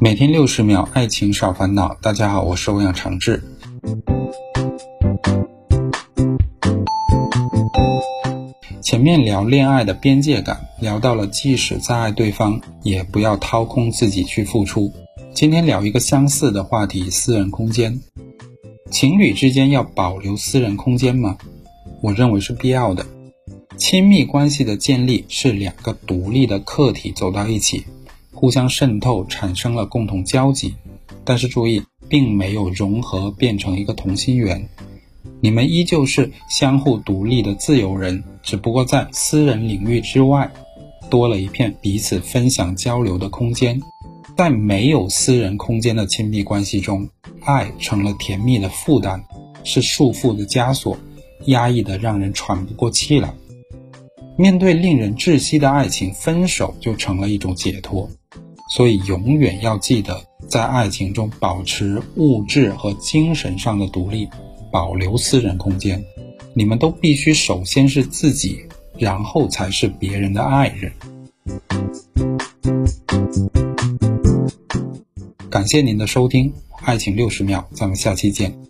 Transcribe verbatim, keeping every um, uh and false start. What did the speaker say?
每天六十秒，爱情少烦恼。大家好，我是欧阳长志。前面聊恋爱的边界感，聊到了即使再爱对方，也不要掏空自己去付出。今天聊一个相似的话题，私人空间。情侣之间要保留私人空间吗？我认为是必要的。亲密关系的建立是两个独立的客体走到一起，互相渗透，产生了共同交集，但是注意，并没有融合变成一个同心圆，你们依旧是相互独立的自由人，只不过在私人领域之外，多了一片彼此分享交流的空间。在没有私人空间的亲密关系中，爱成了甜蜜的负担，是束缚的枷锁，压抑的让人喘不过气来。面对令人窒息的爱情，分手就成了一种解脱。所以永远要记得，在爱情中保持物质和精神上的独立，保留私人空间。你们都必须首先是自己，然后才是别人的爱人。感谢您的收听，爱情六十秒，咱们下期见。